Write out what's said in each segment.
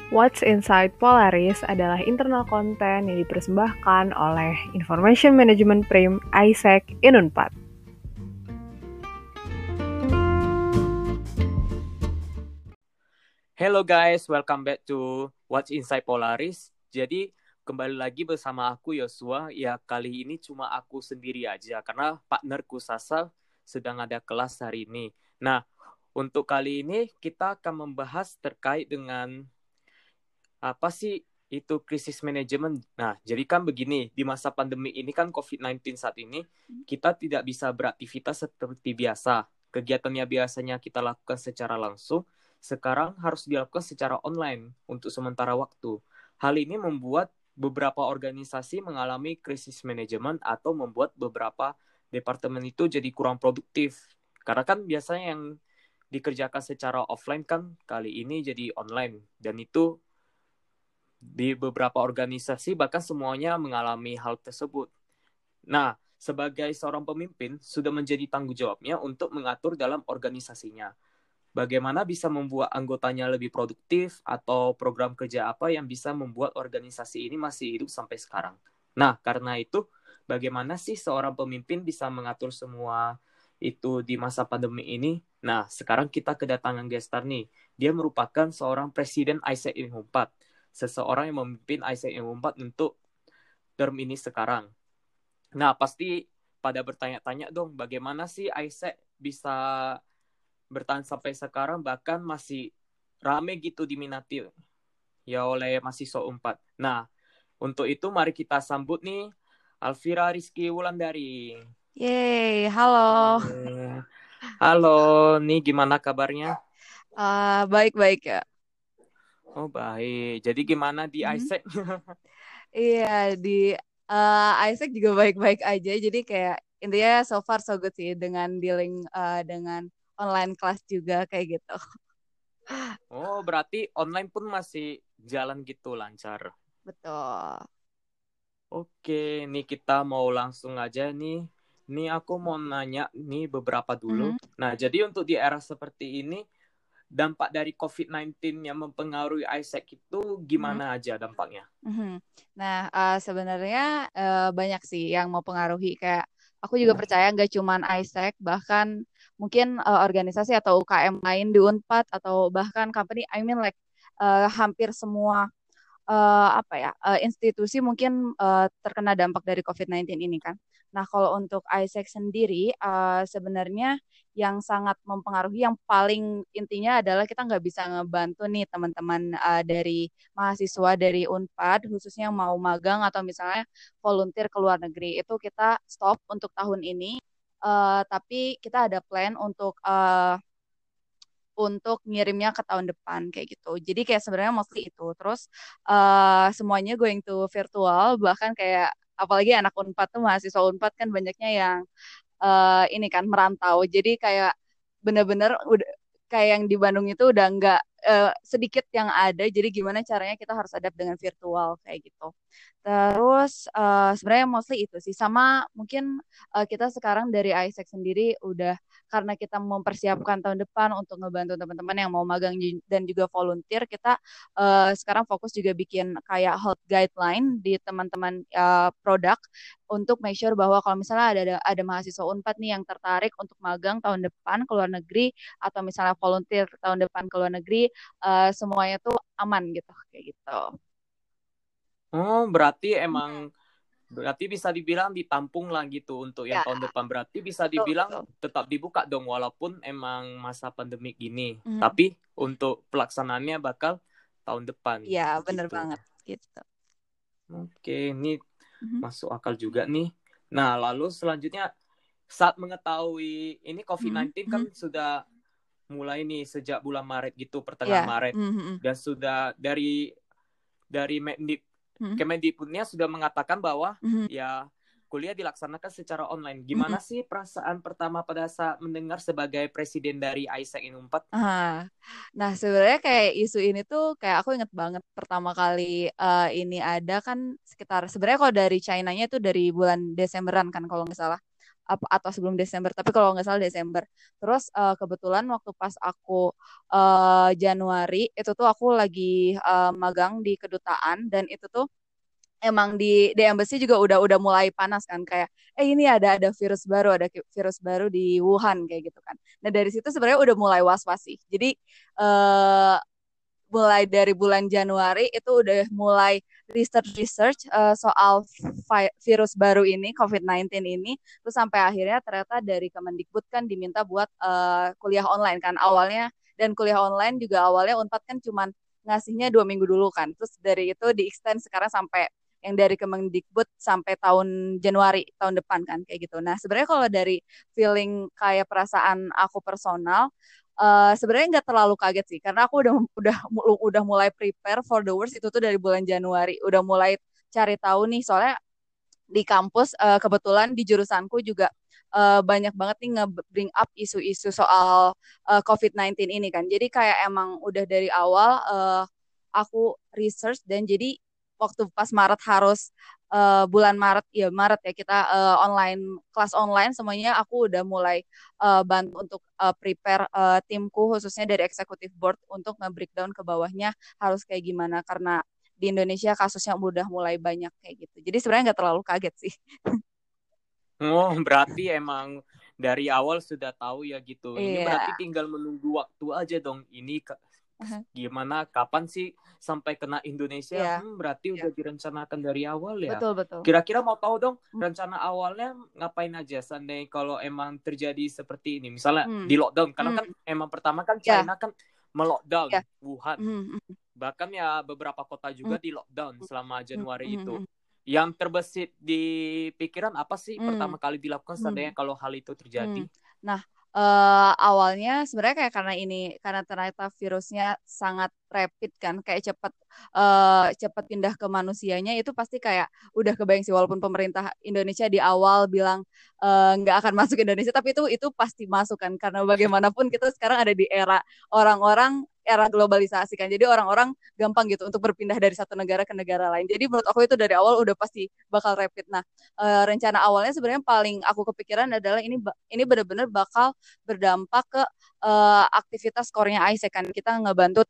What's Inside Polaris adalah internal konten yang dipersembahkan oleh Information Management Prim ISEC Inunpad. Hello guys, welcome back to What's Inside Polaris. Jadi kembali lagi bersama aku Yosua. Ya kali ini cuma aku sendiri aja karena partnerku Sasa sedang ada kelas hari ini. Nah, untuk kali ini kita akan membahas terkait dengan apa sih itu krisis manajemen. Nah, jadi kan begini, di masa pandemi ini kan COVID-19 saat ini, kita tidak bisa beraktivitas seperti biasa. Kegiatan yang biasanya kita lakukan secara langsung, sekarang harus dilakukan secara online untuk sementara waktu. Hal ini membuat beberapa organisasi mengalami krisis manajemen atau membuat beberapa departemen itu jadi kurang produktif. Karena kan biasanya yang dikerjakan secara offline kan kali ini jadi online. Dan itu di beberapa organisasi bahkan semuanya mengalami hal tersebut. Nah, sebagai seorang pemimpin sudah menjadi tanggung jawabnya untuk mengatur dalam organisasinya. Bagaimana bisa membuat anggotanya lebih produktif atau program kerja apa yang bisa membuat organisasi ini masih hidup sampai sekarang. Nah, karena itu bagaimana sih seorang pemimpin bisa mengatur semua itu di masa pandemi ini? Nah, sekarang kita kedatangan gestar nih. Dia merupakan seorang presiden ISEC Inunpad, seseorang yang memimpin ISEC Inunpad untuk term ini sekarang. Nah, pasti pada bertanya-tanya dong, bagaimana sih ISEC bisa bertahan sampai sekarang, bahkan masih rame gitu diminati ya oleh mahasiswa Unpad. Nah, untuk itu mari kita sambut nih Alvira Rizky Wulandari. Yeay, halo. Halo, nih gimana kabarnya? Baik-baik ya. Oh baik, jadi gimana di ISEC? Iya, di Isaac juga baik-baik aja. Jadi kayak intinya so far so good sih dengan dealing dengan online class juga kayak gitu. Oh, berarti online pun masih jalan gitu lancar. Betul. Oke, nih kita mau langsung aja nih. Nih aku mau nanya nih beberapa dulu. Nah, jadi untuk di era seperti ini, dampak dari COVID-19 yang mempengaruhi ISEC itu gimana aja dampaknya? Nah, sebenarnya banyak sih yang mau pengaruhi. Kayak aku juga percaya nggak cuman Isaac, bahkan mungkin organisasi atau UKM lain di Unpad atau bahkan company, I mean like hampir semua institusi mungkin terkena dampak dari COVID-19 ini kan. Nah, kalau untuk ISEC sendiri sebenarnya yang sangat mempengaruhi yang paling intinya adalah kita nggak bisa ngebantu nih teman-teman dari mahasiswa dari Unpad khususnya yang mau magang atau misalnya volunteer ke luar negeri itu kita stop untuk tahun ini. Tapi kita ada plan untuk ngirimnya ke tahun depan kayak gitu. Jadi kayak sebenarnya mostly itu. Terus semuanya going to virtual, bahkan kayak apalagi anak Unpad tuh mahasiswa Unpad kan banyaknya yang ini kan merantau. Jadi kayak bener-bener udah kayak yang di Bandung itu udah nggak sedikit yang ada. Jadi gimana caranya kita harus adapt dengan virtual kayak gitu. Terus sebenarnya mostly itu sih. Sama mungkin kita sekarang dari ISEC sendiri udah karena kita mempersiapkan tahun depan untuk ngebantu teman-teman yang mau magang dan juga volunteer, kita sekarang fokus juga bikin kayak health guideline di teman-teman produk untuk make sure bahwa kalau misalnya ada mahasiswa Unpad nih yang tertarik untuk magang tahun depan ke luar negeri atau misalnya volunteer tahun depan ke luar negeri, semuanya tuh aman gitu kayak gitu. Oh, berarti bisa dibilang ditampung lah gitu untuk yang Ya, tahun depan. Berarti bisa betul, dibilang betul. tetap dibuka dong walaupun emang masa pandemik gini. Tapi untuk pelaksanaannya bakal tahun depan Iya, bener gitu. banget gitu. Oke, ini masuk akal juga nih. Nah, lalu selanjutnya saat mengetahui ini COVID-19 kan sudah mulai nih sejak bulan Maret gitu, pertengahan Iya. Maret. Dan sudah dari Kemendikbudnya sudah mengatakan bahwa ya kuliah dilaksanakan secara online. Gimana sih perasaan pertama pada saat mendengar sebagai presiden dari ISEC Unpad? Nah, sebenarnya kayak isu ini tuh kayak aku inget banget pertama kali ini ada kan sekitar sebenarnya kalau dari China-nya tuh dari bulan Desemberan kan kalau nggak salah. atau sebelum Desember, tapi kalau nggak salah Desember. Terus kebetulan waktu pas aku Januari itu tuh aku lagi magang di kedutaan, dan itu tuh emang di embassy juga udah mulai panas kan, kayak ini ada virus baru di Wuhan kayak gitu kan. Nah dari situ sebenarnya udah mulai was-was sih. Jadi eh, mulai dari bulan Januari itu udah mulai research soal virus baru ini, COVID-19 ini. Terus sampai akhirnya ternyata dari Kemendikbud kan diminta buat kuliah online kan awalnya. Dan kuliah online juga awalnya Unpad kan cuman ngasihnya 2 minggu dulu kan. Terus dari itu di-extend sekarang sampai yang dari Kemendikbud sampai tahun Januari tahun depan kan kayak gitu. Nah sebenarnya kalau dari feeling kayak perasaan aku personal, sebenarnya nggak terlalu kaget sih karena aku udah mulai prepare for the worst itu tuh dari bulan Januari, udah mulai cari tahu nih soalnya di kampus kebetulan di jurusanku juga banyak banget nih nge-bring up isu-isu soal COVID-19 ini kan. Jadi kayak emang udah dari awal aku research, dan jadi waktu pas Maret harus bulan Maret ya kita online, kelas online semuanya, aku udah mulai bantu untuk prepare timku khususnya dari executive board untuk nge-breakdown ke bawahnya harus kayak gimana, karena di Indonesia kasusnya udah mulai banyak kayak gitu. Jadi sebenarnya nggak terlalu kaget sih. Oh, berarti emang dari awal sudah tahu ya gitu. Ini Iya. berarti tinggal menunggu waktu aja dong. Ini gimana, kapan sih sampai kena Indonesia? Iya. Berarti udah direncanakan dari awal ya. Betul. Kira-kira mau tahu dong rencana awalnya ngapain aja seandainya kalau emang terjadi seperti ini. Misalnya di lockdown, karena kan emang pertama kan China kan melockdown Wuhan. Bahkan ya beberapa kota juga di lockdown selama Januari itu. Yang terbesit di pikiran apa sih pertama kali dilakukan seandainya kalau hal itu terjadi? Nah, awalnya sebenarnya kayak karena ternyata virusnya sangat rapid kan, kayak cepat pindah ke manusianya, itu pasti kayak udah kebayang sih, walaupun pemerintah Indonesia di awal bilang nggak akan masuk Indonesia, tapi itu pasti masuk kan, karena bagaimanapun kita sekarang ada di era globalisasi kan, jadi orang-orang gampang gitu untuk berpindah dari satu negara ke negara lain. Jadi menurut aku itu dari awal udah pasti bakal rapid. Nah, rencana awalnya sebenarnya paling aku kepikiran adalah ini benar-benar bakal berdampak ke aktivitas core-nya ISEC kan. Kita ngebantu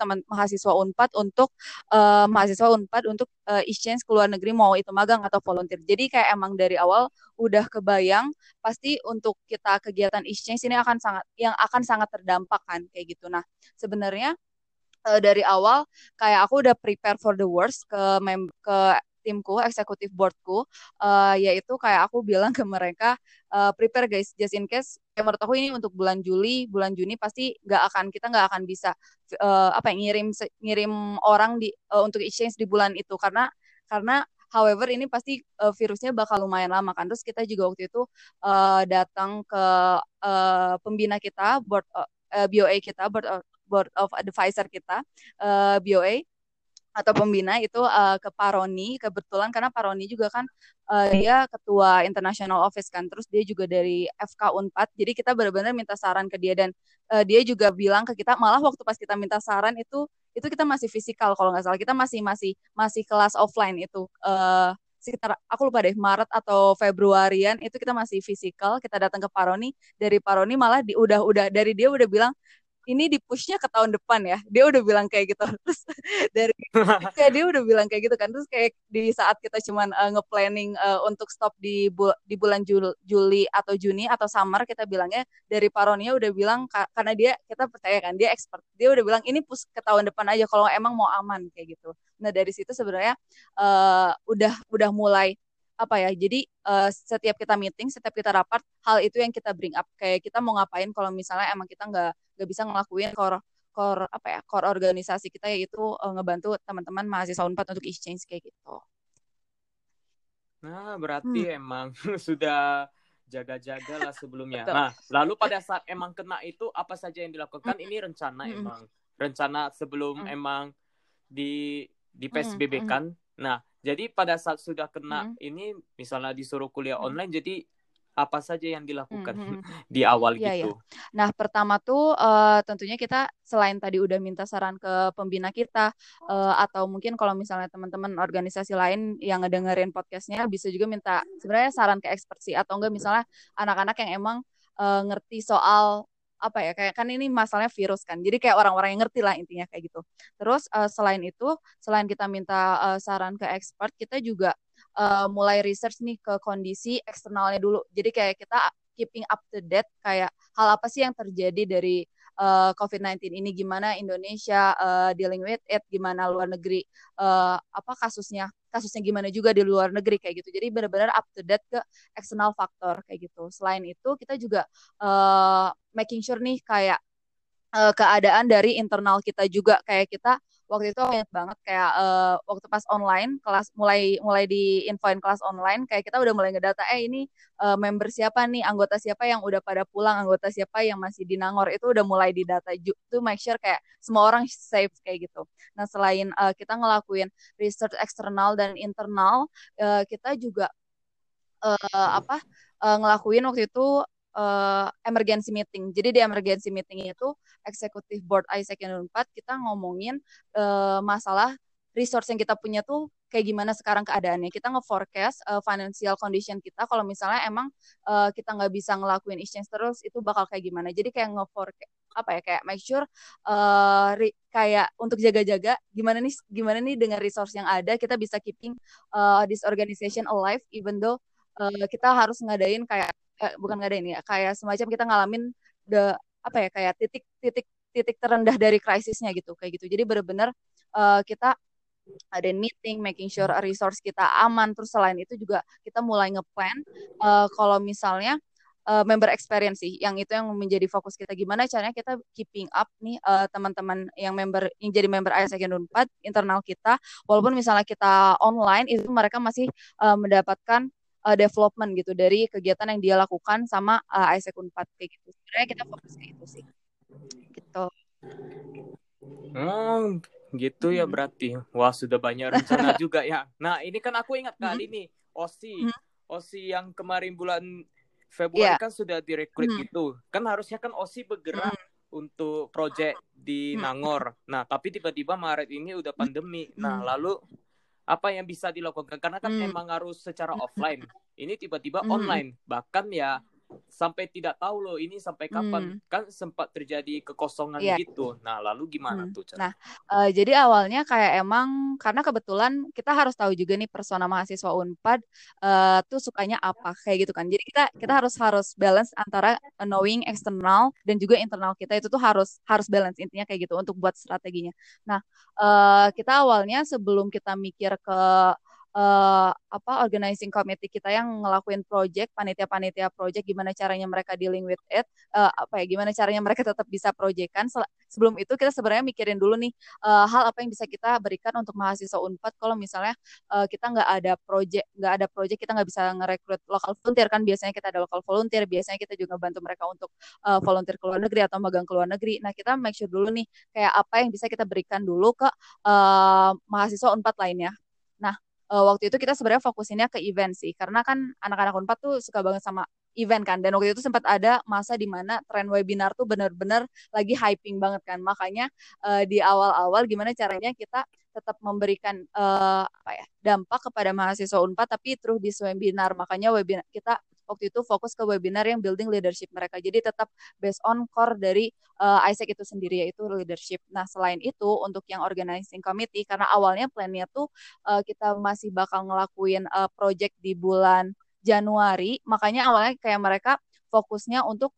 mahasiswa Unpad untuk exchange ke luar negeri, mau itu magang atau volunteer. Jadi kayak emang dari awal udah kebayang pasti untuk kita kegiatan exchange ini akan sangat terdampak kan kayak gitu. Nah, sebenarnya dari awal kayak aku udah prepare for the worst ke timku, eksekutif boardku, yaitu kayak aku bilang ke mereka, prepare guys, just in case. Menurut aku ini untuk bulan Juni pasti kita nggak akan bisa ngirim orang untuk exchange di bulan itu, karena however ini pasti virusnya bakal lumayan lama kan. Terus kita juga waktu itu datang ke pembina kita, BOA kita, Board of Advisor kita, BOA atau pembina itu ke Paroni, kebetulan karena Paroni juga kan dia ketua International Office kan, terus dia juga dari FK Unpad, jadi kita benar-benar minta saran ke dia, dan dia juga bilang ke kita, malah waktu pas kita minta saran itu kita masih fisikal kalau nggak salah, kita masih kelas offline itu, sekitar aku lupa deh Maret atau Februarian itu kita masih fisikal, kita datang ke Paroni, dari Paroni malah udah dari dia udah bilang ini di-push-nya ke tahun depan ya. Dia udah bilang kayak gitu. Terus dari kayak dia udah bilang kayak gitu kan. Terus kayak di saat kita cuman nge-planning untuk stop di bulan Juli atau Juni atau summer, kita bilangnya dari Paronia udah bilang, karena kita percaya kan dia expert. Dia udah bilang ini push ke tahun depan aja kalau emang mau aman kayak gitu. Nah, dari situ sebenarnya udah mulai apa ya, jadi setiap kita meeting, setiap kita rapat, hal itu yang kita bring up, kayak kita mau ngapain kalau misalnya emang kita nggak bisa ngelakuin core organisasi kita, yaitu ngebantu teman-teman mahasiswa Unpad untuk exchange kayak gitu. Nah, berarti emang sudah jaga-jaga lah sebelumnya. Betul. Nah, lalu pada saat emang kena itu apa saja yang dilakukan? Ini rencana sebelum emang di PSBB kan. Nah, jadi pada saat sudah kena ini misalnya disuruh kuliah online, jadi apa saja yang dilakukan Hmm. di awal Iya, ya. gitu. Nah, pertama tuh tentunya kita selain tadi udah minta saran ke pembina kita, atau mungkin kalau misalnya teman-teman organisasi lain yang ngedengerin podcastnya bisa juga minta sebenarnya saran ke expert sih, atau enggak misalnya anak-anak yang emang ngerti soal apa ya, kayak kan ini masalahnya virus kan, jadi kayak orang-orang yang ngerti lah intinya kayak gitu. Terus selain itu, selain kita minta saran ke expert, kita juga mulai research nih ke kondisi eksternalnya dulu. Jadi kayak kita keeping up to date kayak hal apa sih yang terjadi dari COVID-19 ini, gimana Indonesia dealing with it, gimana luar negeri apa kasusnya gimana juga di luar negeri kayak gitu. Jadi benar-benar up to date ke external faktor kayak gitu. Selain itu kita juga making sure nih kayak keadaan dari internal kita juga, kayak kita waktu itu ingat banget kayak waktu pas online kelas mulai mulai diinfoin kelas online, kayak kita udah mulai ngedata ini member siapa nih, anggota siapa yang udah pada pulang, anggota siapa yang masih di Nangor, itu udah mulai didata to make sure kayak semua orang safe kayak gitu. Nah, selain kita ngelakuin research eksternal dan internal, kita juga apa ngelakuin waktu itu emergency meeting. Jadi di emergency meeting itu Executive Board ISEC yang 4 kita ngomongin masalah resource yang kita punya tuh kayak gimana sekarang keadaannya. Kita nge-forecast financial condition kita kalau misalnya emang kita nggak bisa ngelakuin exchange terus itu bakal kayak gimana. Jadi kayak nge-forecast apa ya, kayak make sure kayak untuk jaga-jaga gimana nih dengan resource yang ada kita bisa keeping this organization alive even though kita harus ngadain kayak bukan ngadain ya, kayak semacam kita ngalamin apa ya, kayak titik terendah dari krisisnya gitu kayak gitu. Jadi benar-benar kita ada meeting, making sure resource kita aman. Terus selain itu juga kita mulai ngeplan kalau misalnya member experience sih, yang itu yang menjadi fokus kita, gimana caranya kita keeping up nih teman-teman yang jadi member ISEC 4 internal kita, walaupun misalnya kita online itu mereka masih mendapatkan development gitu dari kegiatan yang dia lakukan sama ISEC 4 kayak gitu. Sebenarnya kita fokus ke itu sih. Gitu. Gitu ya berarti. Wah, sudah banyak rencana juga ya. Nah, ini kan aku ingat kali nih, OSI yang kemarin bulan Februari kan sudah direkrut gitu. Kan harusnya kan OSI bergerak untuk project di Nangor. Nah, tapi tiba-tiba Maret ini udah pandemi. Nah, lalu apa yang bisa dilakukan? Karena kan emang harus secara offline. Ini tiba-tiba online. Bahkan ya sampai tidak tahu loh ini sampai kapan. Kan sempat terjadi kekosongan gitu. Nah, lalu gimana tuh cara? Nah, jadi awalnya kayak emang karena kebetulan kita harus tahu juga nih persona mahasiswa Unpad tuh sukanya apa kayak gitu kan. Jadi kita harus balance antara knowing eksternal dan juga internal kita, itu tuh harus balance intinya kayak gitu untuk buat strateginya. Nah, kita awalnya sebelum kita mikir ke organizing committee kita yang ngelakuin project, panitia project, gimana caranya mereka dealing with it, gimana caranya mereka tetap bisa projectkan. Sebelum itu kita sebenarnya mikirin dulu nih hal apa yang bisa kita berikan untuk mahasiswa Unpad kalau misalnya kita nggak ada project kita nggak bisa ngerekrut lokal volunteer. Kan biasanya kita ada lokal volunteer, biasanya kita juga bantu mereka untuk volunteer ke luar negeri atau magang ke luar negeri. Nah, kita make sure dulu nih kayak apa yang bisa kita berikan dulu ke mahasiswa Unpad lainnya. Nah, waktu itu kita sebenarnya fokusinnya ke event sih, karena kan anak-anak Unpad tuh suka banget sama event kan, dan waktu itu sempat ada masa di mana tren webinar tuh benar-benar lagi hyping banget kan, makanya di awal-awal gimana caranya kita tetap memberikan dampak kepada mahasiswa Unpad tapi terus di webinar, makanya webinar kita waktu itu fokus ke webinar yang building leadership mereka, jadi tetap based on core dari ISEC itu sendiri, yaitu leadership. Nah, selain itu untuk yang organizing committee, karena awalnya plannya tuh kita masih bakal ngelakuin project di bulan Januari, makanya awalnya kayak mereka fokusnya untuk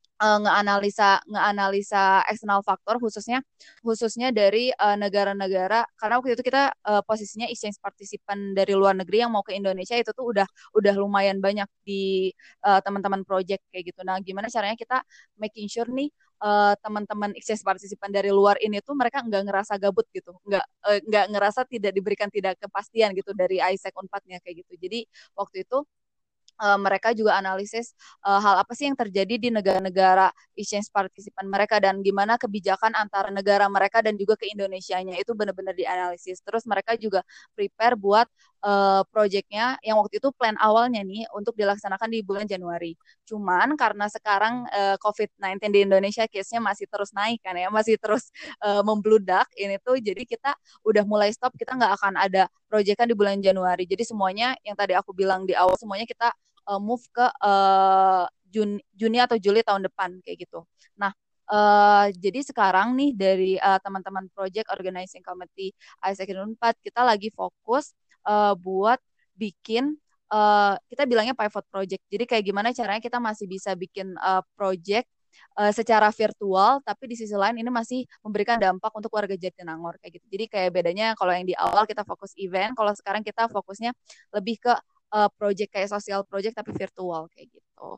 ngeanalisa eksternal faktor khususnya dari negara-negara, karena waktu itu kita posisinya exchange partisipan dari luar negeri yang mau ke Indonesia itu tuh udah lumayan banyak di teman-teman project kayak gitu. Nah, gimana caranya kita making sure nih teman-teman exchange partisipan dari luar ini tuh mereka nggak ngerasa gabut gitu, nggak ngerasa tidak diberikan tidak kepastian gitu dari ISEC Unpadnya kayak gitu. Jadi waktu itu mereka juga analisis hal apa sih yang terjadi di negara-negara exchange partisipan mereka dan gimana kebijakan antara negara mereka dan juga ke Indonesianya itu benar-benar dianalisis. Terus mereka juga prepare buat project-nya yang waktu itu plan awalnya nih untuk dilaksanakan di bulan Januari. Cuman karena sekarang COVID-19 di Indonesia case-nya masih terus naik kan ya, masih terus membludak ini tuh, jadi kita udah mulai stop, kita nggak akan ada project-kan di bulan Januari. Jadi semuanya yang tadi aku bilang di awal, semuanya kita move ke Juni atau Juli tahun depan kayak gitu. Nah, jadi sekarang nih dari teman-teman project organizing committee ISEC Unpad kita lagi fokus buat bikin kita bilangnya pivot project. Jadi kayak gimana caranya kita masih bisa bikin project secara virtual, tapi di sisi lain ini masih memberikan dampak untuk warga Jatinangor kayak gitu. Jadi kayak bedanya kalau yang di awal kita fokus event, kalau sekarang kita fokusnya lebih ke project kayak social project tapi virtual kayak gitu.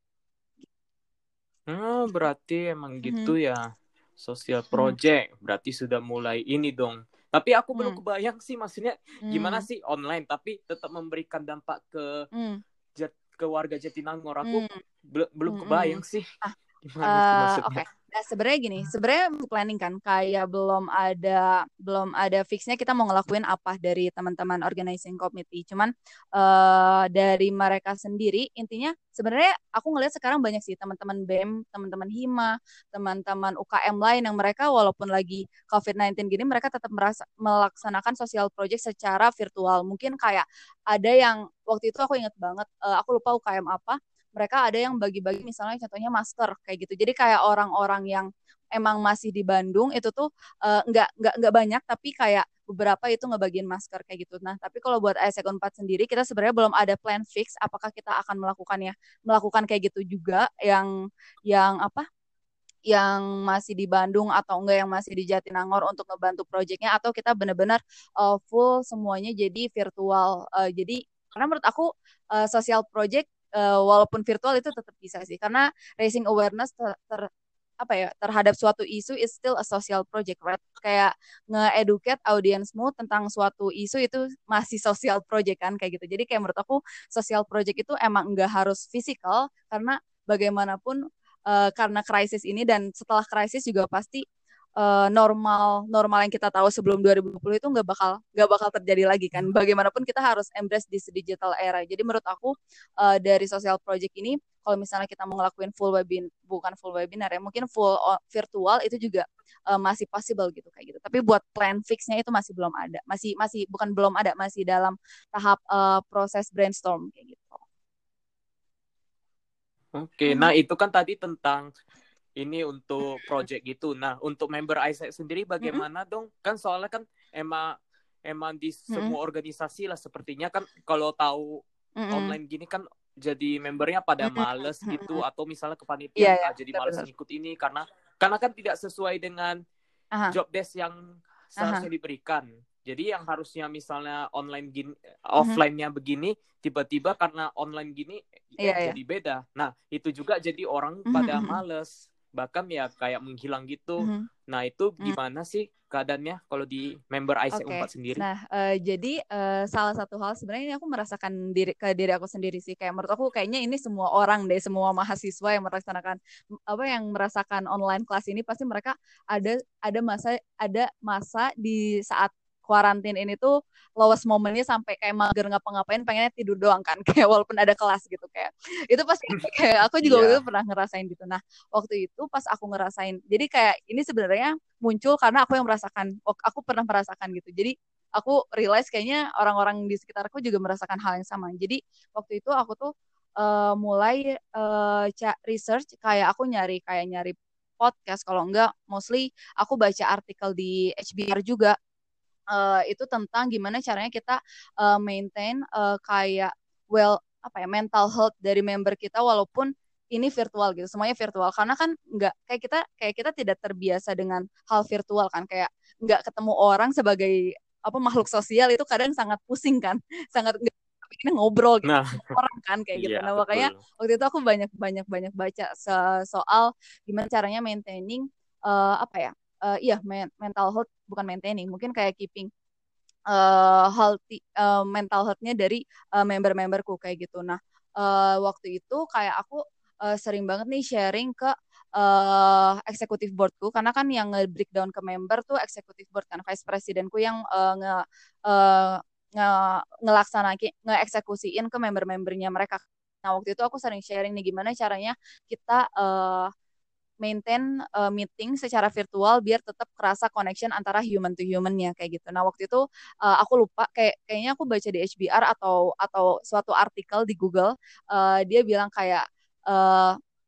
Berarti emang gitu Mhm. ya. Social Mhm. project. Berarti sudah mulai ini dong. Tapi aku belum kebayang sih, maksudnya gimana sih online tapi tetap memberikan dampak ke warga Jatinangor. Aku belum kebayang sih gimana itu maksudnya. Oke. Nah, sebenarnya gini, sebenarnya planning kan kayak belum ada fixnya kita mau ngelakuin apa dari teman-teman organizing committee. Cuman dari mereka sendiri intinya sebenarnya aku ngelihat sekarang banyak sih teman-teman BEM, teman-teman HIMA, teman-teman UKM lain yang mereka walaupun lagi COVID-19 gini mereka tetap melaksanakan social project secara virtual. Mungkin kayak ada yang waktu itu aku inget banget, aku lupa UKM apa, mereka ada yang bagi-bagi misalnya contohnya masker kayak gitu. Jadi kayak orang-orang yang emang masih di Bandung itu tuh nggak banyak tapi kayak beberapa itu ngebagiin masker kayak gitu. Nah, tapi kalau buat ISEC 4 sendiri kita sebenarnya belum ada plan fix apakah kita akan melakukan kayak gitu juga yang apa? Yang masih di Bandung atau enggak yang masih di Jatinangor untuk ngebantu proyeknya atau kita benar-benar full semuanya jadi virtual. Jadi karena menurut aku social project walaupun virtual itu tetap bisa sih karena raising awareness apa ya terhadap suatu isu is still a social project, right? Kayak nge-educate audiensmu tentang suatu isu itu masih social project kan kayak gitu. Jadi kayak menurut aku social project itu emang enggak harus physical karena bagaimanapun karena krisis ini dan setelah krisis juga pasti normal normal yang kita tahu sebelum 2020 itu nggak bakal terjadi lagi kan. Bagaimanapun kita harus embrace this digital era. Jadi menurut aku dari social project ini kalau misalnya kita mau ngelakuin bukan full webinar ya, mungkin full virtual itu juga masih possible gitu kayak gitu. Tapi buat plan fixnya itu masih belum ada. Masih bukan belum ada, masih dalam tahap proses brainstorm kayak gitu. Oke, nah itu kan tadi tentang ini untuk project gitu. Nah, untuk member ISEC sendiri bagaimana dong? Kan soalnya kan emang di semua organisasi lah sepertinya kan kalau tahu online gini kan jadi membernya pada males gitu atau misalnya kepanitiaan jadi males ngikut ini karena kan tidak sesuai dengan job desk yang seharusnya diberikan. Jadi yang harusnya misalnya online gini, offline-nya begini, tiba-tiba karena online gini jadi beda. Nah, itu juga jadi orang pada males. Bahkan ya kayak menghilang gitu. Nah, itu gimana sih keadaannya kalau di member ISEC 4 sendiri? Nah, jadi salah satu hal sebenarnya ini aku merasakan diri aku sendiri sih. Kayak menurut aku kayaknya ini semua orang deh, semua mahasiswa yang merasakan online kelas ini pasti mereka ada masa di saat kuarantin ini tuh lowest momennya sampai kayak mager ngapa-ngapain pengennya tidur doang kan kayak walaupun ada kelas gitu kayak itu pasti kayak aku juga waktu itu pernah ngerasain gitu. Nah waktu itu pas aku ngerasain jadi kayak ini sebenarnya muncul karena aku pernah merasakan gitu. Jadi aku realize kayaknya orang-orang di sekitarku juga merasakan hal yang sama. Jadi waktu itu aku tuh mulai research kayak aku nyari podcast kalau enggak mostly aku baca artikel di HBR juga itu tentang gimana caranya kita maintain kayak mental health dari member kita walaupun ini virtual gitu, semuanya virtual karena kan nggak kayak kita tidak terbiasa dengan hal virtual kan kayak nggak ketemu orang sebagai makhluk sosial itu kadang sangat pusing kan, sangat ini ngobrol gitu orang kan kayak gitu. Nah makanya waktu itu aku banyak baca soal gimana caranya maintaining mental health bukan maintaining mungkin kayak keeping healthy mental health-nya dari member-memberku kayak gitu. Nah waktu itu kayak aku sering banget nih sharing ke executive boardku karena kan yang nge-breakdown ke member tuh executive board kan vice presidenku yang ngeeksekusiin ke member-membernya mereka. Nah, waktu itu aku sering sharing nih gimana caranya kita maintain meeting secara virtual biar tetap kerasa connection antara human to human-nya kayak gitu. Nah, waktu itu aku lupa kayaknya aku baca di HBR atau suatu artikel di Google, dia bilang kayak eh,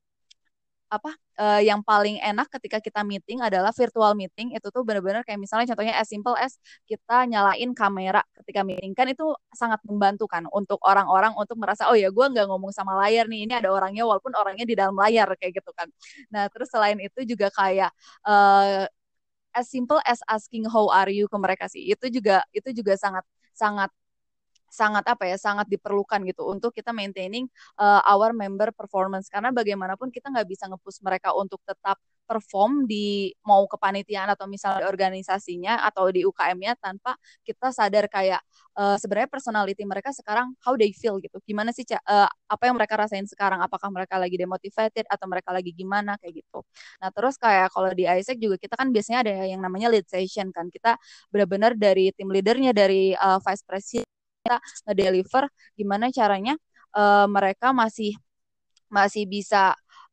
yang paling enak ketika kita meeting adalah virtual meeting. Itu tuh benar-benar kayak misalnya contohnya as simple as kita nyalain kamera ketika meeting, kan itu sangat membantu kan untuk orang-orang untuk merasa oh ya gue nggak ngomong sama layar nih, ini ada orangnya walaupun orangnya di dalam layar kayak gitu kan. Nah terus selain itu juga kayak as simple as asking how are you ke mereka sih, itu juga sangat sangat sangat sangat diperlukan gitu untuk kita maintaining our member performance, karena bagaimanapun kita nggak bisa nge-push mereka untuk tetap perform di mau kepanitiaan atau misalnya di organisasinya atau di UKM-nya tanpa kita sadar kayak sebenarnya personality mereka sekarang how they feel gitu, gimana sih apa yang mereka rasain sekarang, apakah mereka lagi demotivated atau mereka lagi gimana kayak gitu. Nah terus kayak kalau di ISEC juga kita kan biasanya ada yang namanya lead session kan, kita benar-benar dari tim leadernya, dari vice president ngedeliver gimana caranya mereka masih masih bisa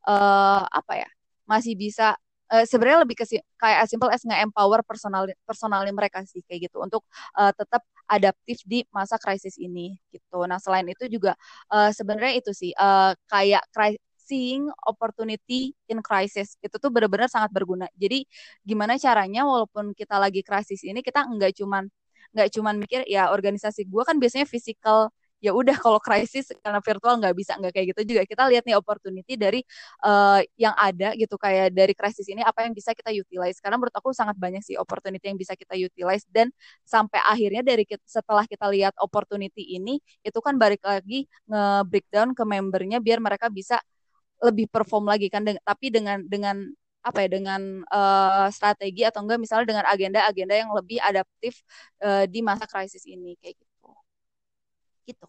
masih bisa sebenarnya lebih ke kayak as simple as nge-empower personalnya mereka sih kayak gitu untuk tetap adaptif di masa krisis ini gitu. Nah selain itu juga sebenarnya itu sih kayak seeing opportunity in crisis itu tuh benar-benar sangat berguna. Jadi gimana caranya walaupun kita lagi krisis ini kita nggak cuman mikir ya organisasi gue kan biasanya physical, ya udah kalau krisis karena virtual nggak kayak gitu juga, kita lihat nih opportunity dari yang ada gitu, kayak dari krisis ini apa yang bisa kita utilize, karena menurut aku sangat banyak sih opportunity yang bisa kita utilize, dan sampai akhirnya setelah kita lihat opportunity ini itu kan balik lagi nge-breakdown ke membernya biar mereka bisa lebih perform lagi kan, tapi dengan dengan strategi atau enggak misalnya dengan agenda-agenda yang lebih adaptif di masa krisis ini kayak gitu. Gitu.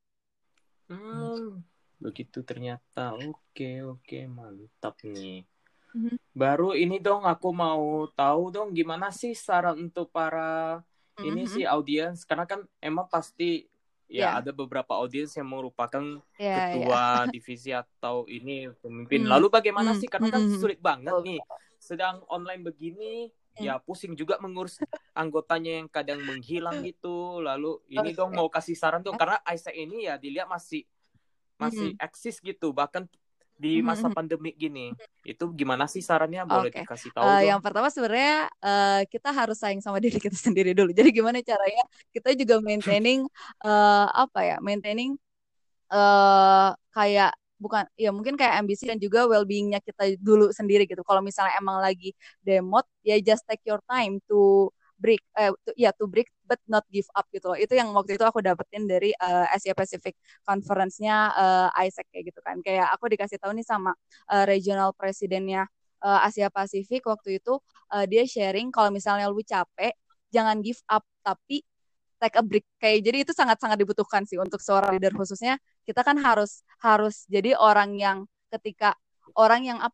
Begitu ternyata. Oke, mantap nih. Mhm. Baru ini dong aku mau tahu dong gimana sih saran untuk para ini sih audiens, karena kan emang pasti ya ada beberapa audiens yang merupakan ketua divisi atau ini pemimpin. Lalu bagaimana sih, karena kan sulit banget nih sedang online begini, ya pusing juga mengurus anggotanya yang kadang menghilang gitu. Lalu ini dong mau kasih saran dong, karena Isaac ini ya dilihat masih eksis gitu bahkan di masa pandemi gini. Itu gimana sih sarannya, boleh dikasih tahu dong? Yang pertama sebenarnya kita harus sayang sama diri kita sendiri dulu. Jadi gimana caranya kita juga maintaining maintaining kayak bukan ya mungkin kayak ambisi dan juga well-beingnya kita dulu sendiri gitu. Kalau misalnya emang lagi demot ya just take your time to break to break but not give up gitu loh. Itu yang waktu itu aku dapetin dari Asia Pacific Conference-nya Isaac kayak gitu kan. Kayak aku dikasih tahu nih sama regional presidennya Asia Pasifik waktu itu, dia sharing kalau misalnya lu capek jangan give up tapi take a break. Kayak jadi itu sangat-sangat dibutuhkan sih untuk seorang leader, khususnya kita kan harus jadi orang yang ketika orang yang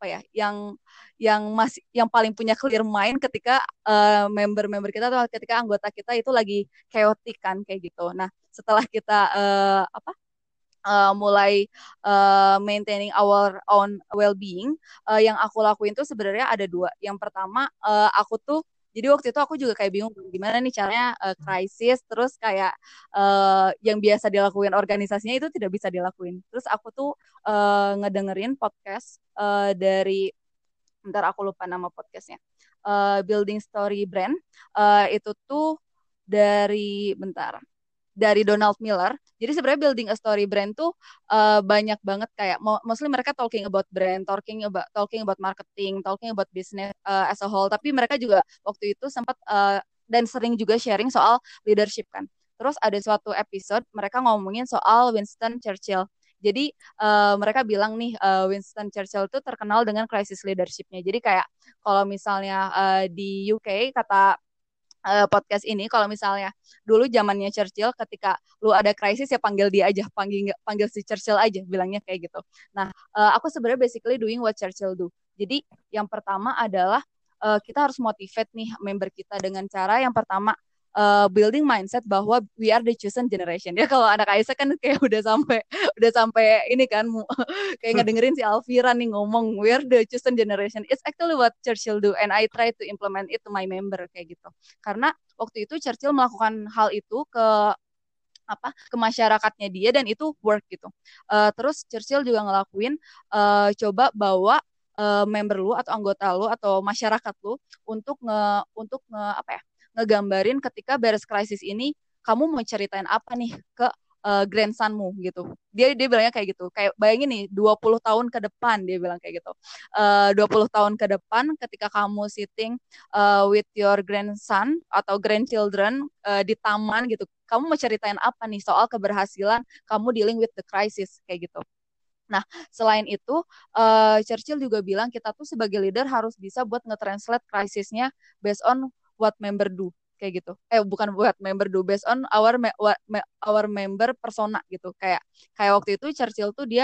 yang paling punya clear mind ketika member-member kita atau ketika anggota kita itu lagi chaotic kan kayak gitu. Nah, setelah kita mulai maintaining our own well-being, yang aku lakuin tuh sebenarnya ada dua. Yang pertama, aku tuh jadi waktu itu aku juga kayak bingung gimana nih caranya krisis terus kayak yang biasa dilakuin organisasinya itu tidak bisa dilakuin. Terus aku tuh ngedengerin podcast dari bentar aku lupa nama podcastnya, Building Story Brand. Itu tuh dari Donald Miller. Jadi sebenarnya building a story brand tuh banyak banget kayak mostly mereka talking about brand, talking about marketing, talking about business as a whole. Tapi mereka juga waktu itu sempat dan sering juga sharing soal leadership kan. Terus ada suatu episode mereka ngomongin soal Winston Churchill. Jadi mereka bilang nih Winston Churchill tuh terkenal dengan crisis leadershipnya. Jadi kayak kalau misalnya di UK kata podcast ini, kalau misalnya dulu zamannya Churchill ketika lu ada krisis ya panggil dia aja, panggil si Churchill aja, bilangnya kayak gitu. Nah, aku sebenarnya basically doing what Churchill do. Jadi yang pertama adalah kita harus motivate nih member kita dengan cara yang pertama building mindset bahwa we are the chosen generation. Ya kalau anak Aisyah kan kayak udah sampai ini kan kayak ngedengerin si Alfira nih ngomong we are the chosen generation. It's actually what Churchill do and I try to implement it to my member kayak gitu. Karena waktu itu Churchill melakukan hal itu ke masyarakatnya dia dan itu work gitu. Terus Churchill juga ngelakuin coba bawa member lu atau anggota lu atau masyarakat lu untuk apa ya ngegambarin ketika beres krisis ini kamu mau ceritain apa nih ke grandsonmu gitu. Dia bilangnya kayak gitu. Kayak bayangin nih 20 tahun ke depan dia bilang kayak gitu. 20 tahun ke depan ketika kamu sitting with your grandson atau grandchildren di taman gitu. Kamu mau ceritain apa nih soal keberhasilan kamu dealing with the crisis kayak gitu. Nah, selain itu, Churchill juga bilang kita tuh sebagai leader harus bisa buat nge-translate krisisnya based on what member do kayak gitu. Bukan buat member do, based on our member persona gitu. Kayak waktu itu Churchill tuh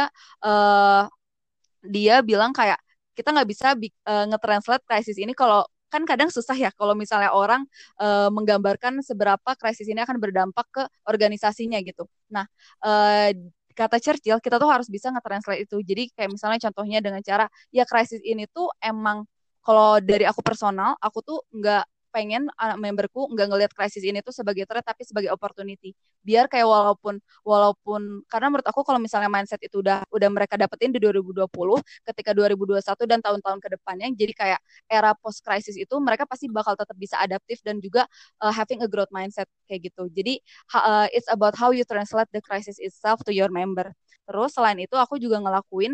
dia bilang kayak kita nggak bisa nge-translate krisis ini kalau kan kadang susah ya kalau misalnya orang menggambarkan seberapa krisis ini akan berdampak ke organisasinya gitu. Nah, kata Churchill, kita tuh harus bisa nge-translate itu. Jadi kayak misalnya contohnya dengan cara, ya krisis ini tuh emang, kalau dari aku personal, aku tuh nggak pengen memberku nggak ngelihat krisis ini tuh sebagai threat, tapi sebagai opportunity. Biar kayak walaupun karena menurut aku kalau misalnya mindset itu udah mereka dapetin di 2020, ketika 2021 dan tahun-tahun ke depannya, jadi kayak era post krisis itu mereka pasti bakal tetap bisa adaptif dan juga having a growth mindset kayak gitu. Jadi it's about how you translate the crisis itself to your member. Terus selain itu aku juga ngelakuin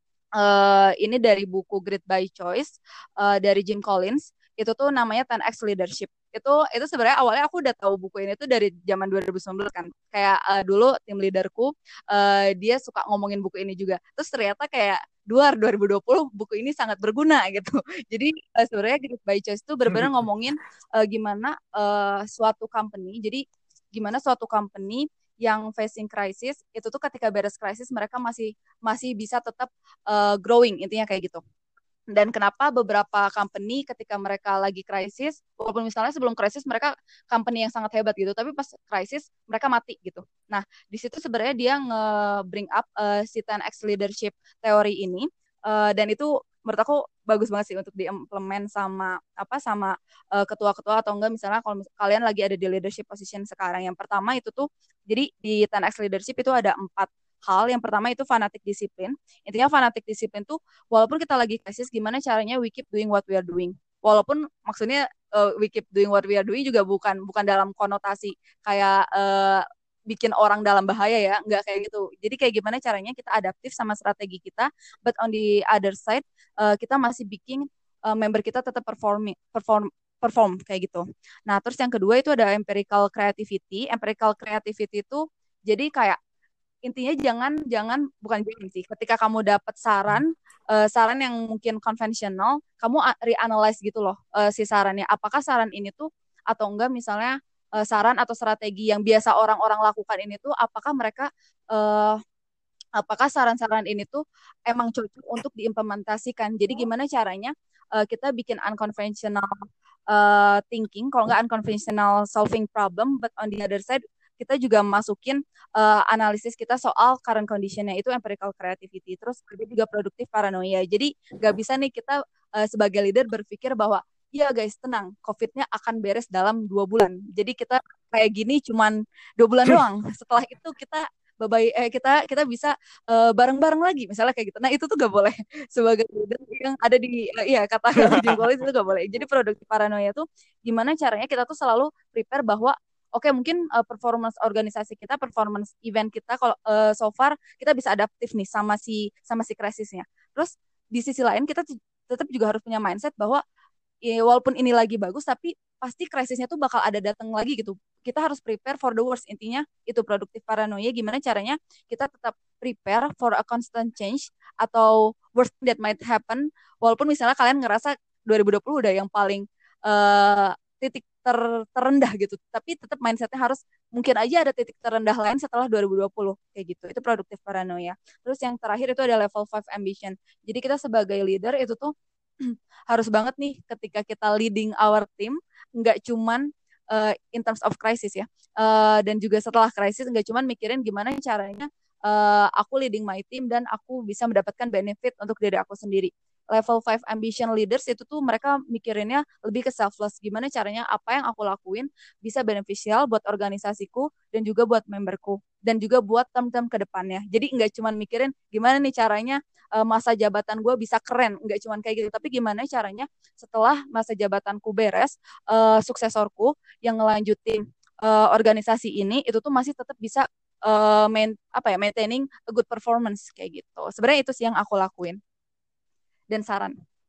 ini dari buku Great by Choice dari Jim Collins. Itu tuh namanya 10x Leadership. Itu sebenarnya awalnya aku udah tahu buku ini tuh dari zaman 2019 kan. Kayak dulu tim leaderku dia suka ngomongin buku ini juga. Terus ternyata kayak 2020 buku ini sangat berguna gitu. Jadi sebenarnya Great by Choice itu benar-benar ngomongin gimana suatu company. Jadi gimana suatu company yang facing crisis itu tuh ketika beres krisis mereka masih bisa tetap growing, intinya kayak gitu. Dan kenapa beberapa company ketika mereka lagi krisis, walaupun misalnya sebelum krisis mereka company yang sangat hebat gitu, tapi pas krisis mereka mati gitu. Nah, di situ sebenarnya dia nge-bring up si 10X leadership teori ini, dan itu menurut aku bagus banget sih untuk diimplement sama ketua-ketua atau enggak misalnya kalau kalian lagi ada di leadership position sekarang. Yang pertama itu tuh, jadi di 10X leadership itu ada 4 hal. Yang pertama itu fanatic disiplin. Intinya fanatic disiplin tuh walaupun kita lagi krisis, gimana caranya we keep doing what we are doing. Walaupun maksudnya we keep doing what we are doing juga bukan dalam konotasi kayak bikin orang dalam bahaya ya, nggak kayak gitu. Jadi kayak gimana caranya kita adaptif sama strategi kita, but on the other side kita masih bikin member kita tetap perform kayak gitu. Nah, terus yang kedua itu ada empirical creativity. Empirical creativity itu jadi kayak intinya jangan bukan jangan sih. Ketika kamu dapat saran yang mungkin konvensional, kamu reanalyze gitu loh si sarannya. Apakah saran ini tuh atau enggak misalnya saran atau strategi yang biasa orang-orang lakukan ini tuh apakah saran-saran ini tuh emang cocok untuk diimplementasikan. Jadi gimana caranya kita bikin unconventional thinking, kalau nggak unconventional solving problem, but on the other side kita juga masukin analisis kita soal current condition-nya itu empirical creativity. Terus juga produktif paranoia. Jadi nggak bisa nih kita sebagai leader berpikir bahwa ya guys tenang, COVID-nya akan beres dalam 2 bulan. Jadi kita kayak gini cuman 2 bulan doang. Setelah itu kita kita bisa bareng-bareng lagi misalnya kayak gitu. Nah itu tuh gak boleh sebagai leader yang ada di kata Jim Collins itu gak boleh. Jadi produktif paranoia tuh gimana caranya kita tuh selalu prepare bahwa oke, mungkin performance organisasi kita, performance event kita kalau so far kita bisa adaptif nih sama si krisisnya. Terus di sisi lain kita tetap juga harus punya mindset bahwa ya, walaupun ini lagi bagus tapi pasti krisisnya tuh bakal ada datang lagi gitu. Kita harus prepare for the worst. Intinya itu produktif paranoia, gimana caranya kita tetap prepare for a constant change atau worst that might happen. Walaupun misalnya kalian ngerasa 2020 udah yang paling titik terendah gitu, tapi tetap mindsetnya harus mungkin aja ada titik terendah lain setelah 2020 kayak gitu. Itu produktif paranoia. Terus yang terakhir itu ada level 5 ambition. Jadi kita sebagai leader itu tuh harus banget nih ketika kita leading our team nggak cuman in terms of crisis ya. Dan juga setelah krisis nggak cuma mikirin gimana caranya aku leading my team dan aku bisa mendapatkan benefit untuk diri aku sendiri. Level 5 ambition leaders itu tuh mereka mikirinnya lebih ke selfless. Gimana caranya apa yang aku lakuin bisa beneficial buat organisasiku dan juga buat memberku dan juga buat term-term ke depannya. Jadi nggak cuma mikirin gimana nih caranya masa jabatan gue bisa keren, nggak cuma kayak gitu, tapi gimana caranya setelah masa jabatanku beres, suksesorku yang ngelanjutin organisasi ini itu tuh masih tetap bisa maintaining a good performance kayak gitu. Sebenarnya itu sih yang aku lakuin dan saran.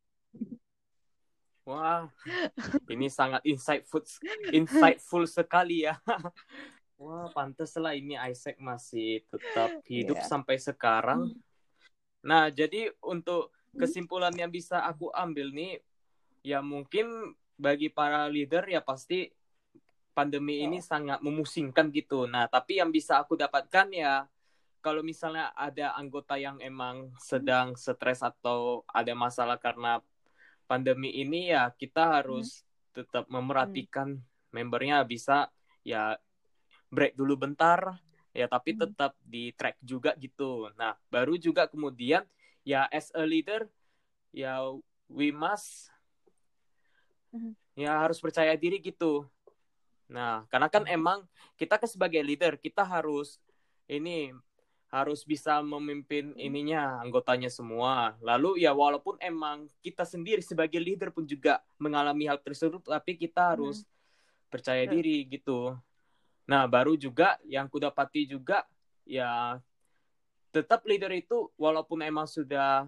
Wah, ini sangat insightful sekali ya. Wah, pantaslah ini Isaac masih tetap hidup sampai sekarang. Nah, jadi untuk kesimpulan yang bisa aku ambil nih, ya mungkin bagi para leader ya pasti pandemi ini sangat memusingkan gitu. Nah, tapi yang bisa aku dapatkan ya, kalau misalnya ada anggota yang emang sedang stres atau ada masalah karena pandemi ini, ya kita harus tetap memerhatikan membernya, bisa ya break dulu bentar, ya tapi tetap di track juga gitu. Nah, baru juga kemudian ya as a leader, ya we must ya harus percaya diri gitu. Nah, karena kan emang kita kan sebagai leader, kita harus bisa memimpin anggotanya semua. Lalu ya walaupun emang kita sendiri sebagai leader pun juga mengalami hal tersebut, tapi kita harus percaya diri gitu. Nah, baru juga yang kudapati juga ya tetap leader itu walaupun emang sudah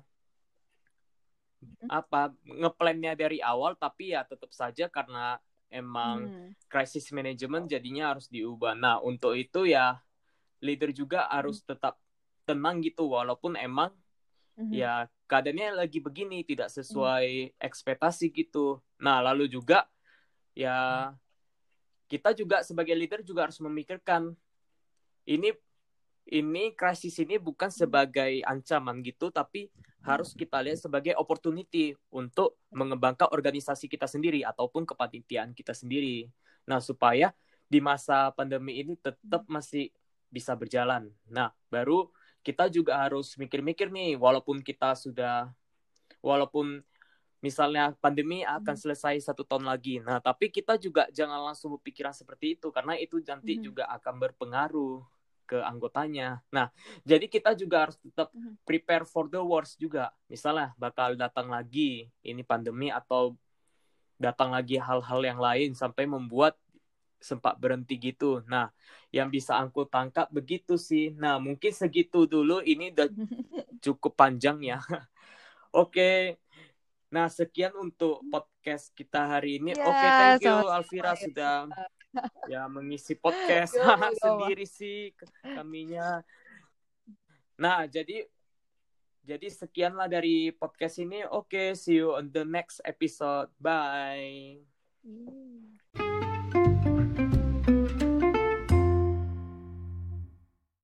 ngeplannya dari awal, tapi ya tetap saja karena emang crisis management jadinya harus diubah. Nah, untuk itu ya leader juga harus tetap tenang gitu walaupun emang ya keadaannya lagi begini tidak sesuai ekspektasi gitu. Nah, lalu juga ya kita juga sebagai leader juga harus memikirkan ini krisis ini bukan sebagai ancaman gitu, tapi harus kita lihat sebagai opportunity untuk mengembangkan organisasi kita sendiri ataupun kepanitiaan kita sendiri. Nah, supaya di masa pandemi ini tetap masih bisa berjalan. Nah, baru kita juga harus mikir-mikir nih, walaupun misalnya pandemi akan selesai 1 tahun lagi. Nah, tapi kita juga jangan langsung berpikiran seperti itu, karena itu nanti juga akan berpengaruh ke anggotanya. Nah, jadi kita juga harus tetap prepare for the worst juga. Misalnya bakal datang lagi ini pandemi atau datang lagi hal-hal yang lain sampai membuat sempat berhenti gitu. Nah, yang bisa aku tangkap begitu sih. Nah, mungkin segitu dulu. Ini udah cukup panjang ya. Oke. Nah, sekian untuk podcast kita hari ini. Oke, thank you Alvira sudah mengisi podcast sendiri sih kaminya. Nah, jadi sekianlah dari podcast ini. Oke, see you on the next episode. Bye.